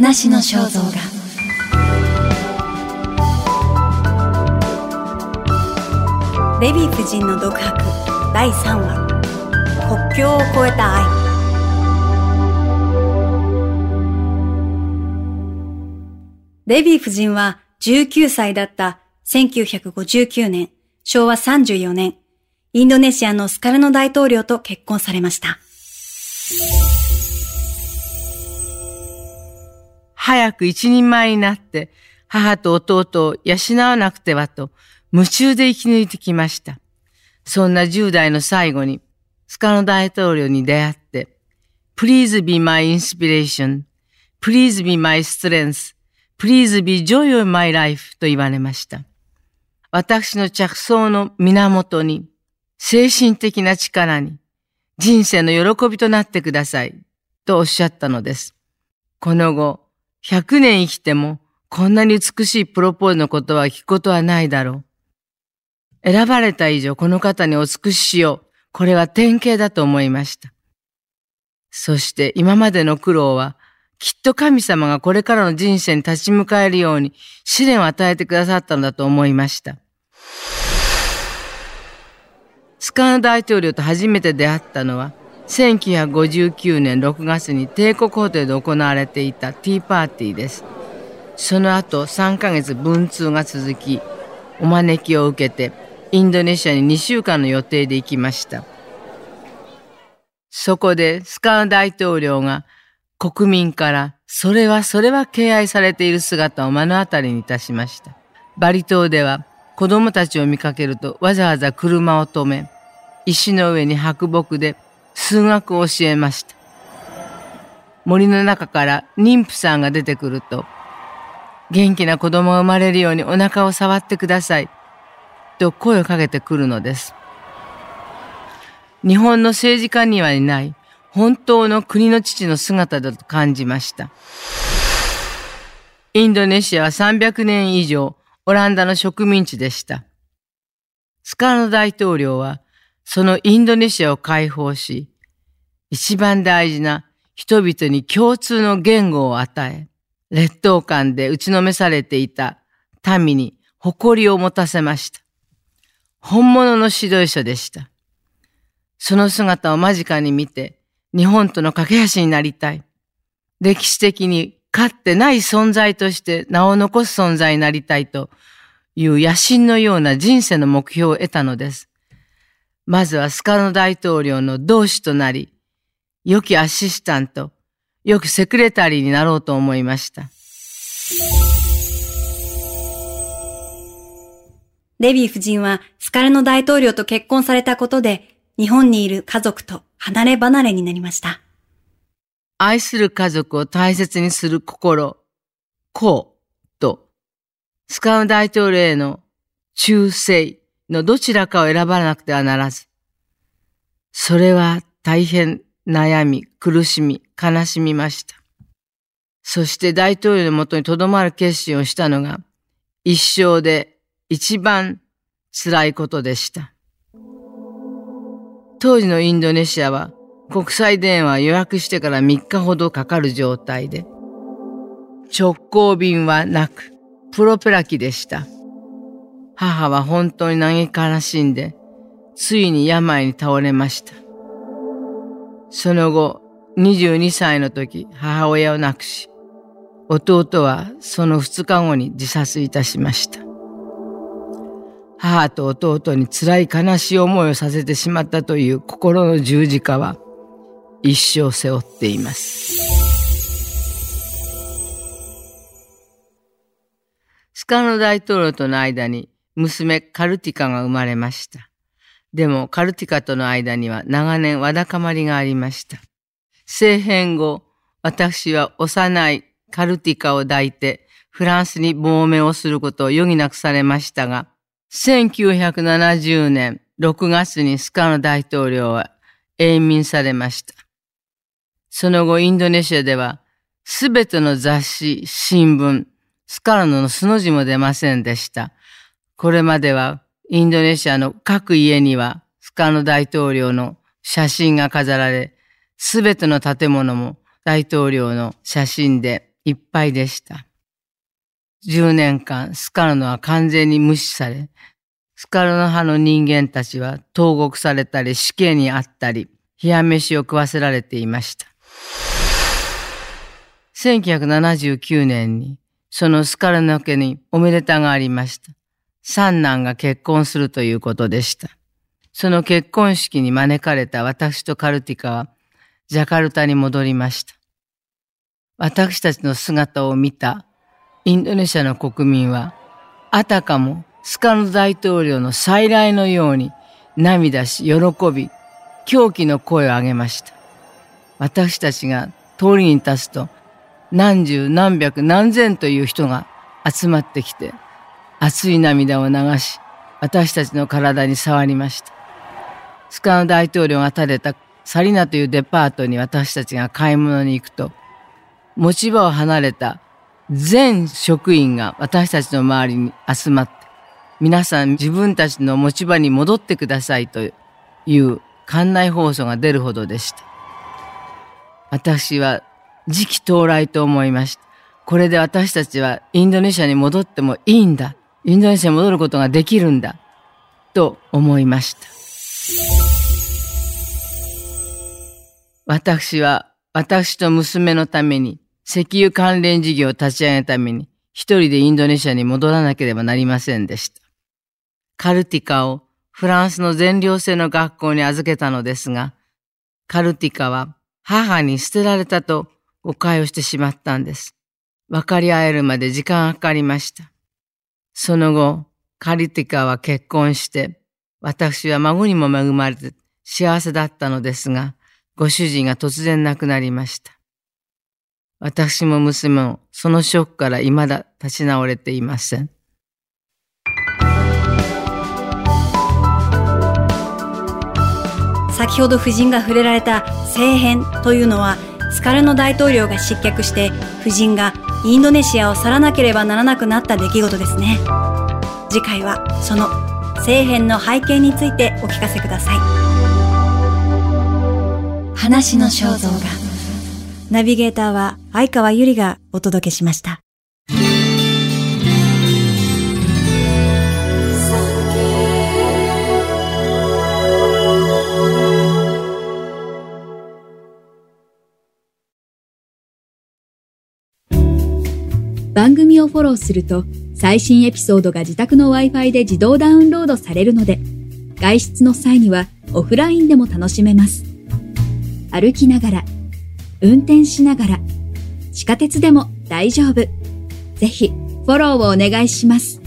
話の肖像画。デヴィ夫人の独白第3話、国境を越えた愛。デヴィ夫人は19歳だった1959年、昭和34年、インドネシアのスカルノ大統領と結婚されました。 早く一人前になって母と弟を養わなくてはと夢中で生き抜いてきました。そんな10代の最後にスカルノ大統領に出会って Please be my inspiration, Please be my strength, Please be joy of my life と言われました。私の着想の源に、精神的な力に、人生の喜びとなってくださいとおっしゃったのです。この後、100年生きてもこんなに美しいプロポーズの言葉を聞くことはないだろう。選ばれた以上この方にお尽くししよう。これは典型だと思いました。そして今までの苦労はきっと神様がこれからの人生に立ち向かえるように試練を与えてくださったのだと思いました。スカルノ大統領と初めて出会ったのは1959年6月に帝国ホテルで行われていたティーパーティーです。その後3ヶ月文通が続き、お招きを受けてインドネシアに2週間の予定で行きました。そこでスカルノ大統領が国民からそれは敬愛されている姿を目の当たりにいたしました。バリ島では子供たちを見かけるとわざわざ車を止め、石の上に白木で数学を教えました。森の中から妊婦さんが出てくると、元気な子供が生まれるようにお腹を触ってくださいと声をかけてくるのです。日本の政治家にはいない本当の国の父の姿だと感じました。インドネシアは300年以上オランダの植民地でした。スカルノ大統領はそのインドネシアを解放し、一番大事な人々に共通の言語を与え、劣等感で打ちのめされていた民に誇りを持たせました。本物の指導者でした。その姿を間近に見て、日本との架け橋になりたい。歴史的にかつてない存在として名を残す存在になりたいという野心のような人生の目標を得たのです。まずはスカルノ大統領の同志となり、良きアシスタント、良きセクレタリーになろうと思いました。 デヴィ夫人はスカルノ大統領と結婚されたことで、日本にいる家族と離れ離れになりました。 愛する家族を大切にする心、公と、スカルノ大統領への忠誠のどちらかを選ばなくてはならず、それは大変悩み、苦しみ、悲しみました。そして大統領のもとにとどまる決心をしたのが、一生で一番辛いことでした。当時のインドネシアは国際電話を予約してから3日ほどかかる状態で、直行便はなく、プロペラ機でした。母は本当に嘆き悲しんで、ついに病に倒れました。その後、22歳の時、母親を亡くし、弟はその2日後に自殺いたしました。母と弟に辛い悲しい思いをさせてしまったという心の十字架は一生背負っています。スカルノ大統領との間に娘カルティカが生まれました。でもカルティカとの間には長年わだかまりがありました。政変後、私は幼いカルティカを抱いてフランスに亡命をすることを余儀なくされましたが、1970年6月にスカルノ大統領は永眠されました。その後インドネシアではすべての雑誌、新聞、スカルノの素の字も出ませんでした。これまではインドネシアの各家にはスカルノ大統領の写真が飾られ、すべての建物も大統領の写真でいっぱいでした。10年間、スカルノは完全に無視され、スカルノ派の人間たちは投獄されたり死刑にあったり、冷や飯を食わせられていました。1979年に、そのスカルノ家におめでたがありました。三男が結婚するということでした。その結婚式に招かれた私とカルティカは、ジャカルタに戻りました。私たちの姿を見たインドネシアの国民は、あたかもスカルノ大統領の再来のように涙し喜び、狂気の声を上げました。私たちが通りに立つと、何十何百何千という人が集まってきて、熱い涙を流し、私たちの体に触りました。スカルノ大統領が建てたサリナというデパートに私たちが買い物に行くと、持ち場を離れた全職員が私たちの周りに集まって、皆さん自分たちの持ち場に戻ってくださいという館内放送が出るほどでした。私は時期到来と思いました。これで私たちはインドネシアに戻ってもいいんだ。インドネシアに戻ることができるんだ。と思いました。私は私と娘のために石油関連事業を立ち上げるために一人でインドネシアに戻らなければなりませんでした。カルティカをフランスの全寮制の学校に預けたのですが、カルティカは母に捨てられたと誤解をしてしまったんです。分かり合えるまで時間がかかりました。その後、カルティカは結婚して、私は孫にも恵まれて幸せだったのですが、ご主人が突然亡くなりました。私も娘もそのショックから未だ立ち直れていません。 先ほど夫人が触れられた政変というのは、スカルノ大統領が失脚して夫人がインドネシアを去らなければならなくなった出来事ですね。次回はその政変の背景についてお聞かせください。話の肖像画、ナビゲーターは相川ゆりがお届けしました。 番組をフォローすると最新エピソードが自宅の Wi-Fi で自動ダウンロードされるので、外出の際にはオフラインでも楽しめます。歩きながら、運転しながら、地下鉄でも大丈夫。ぜひフォローをお願いします。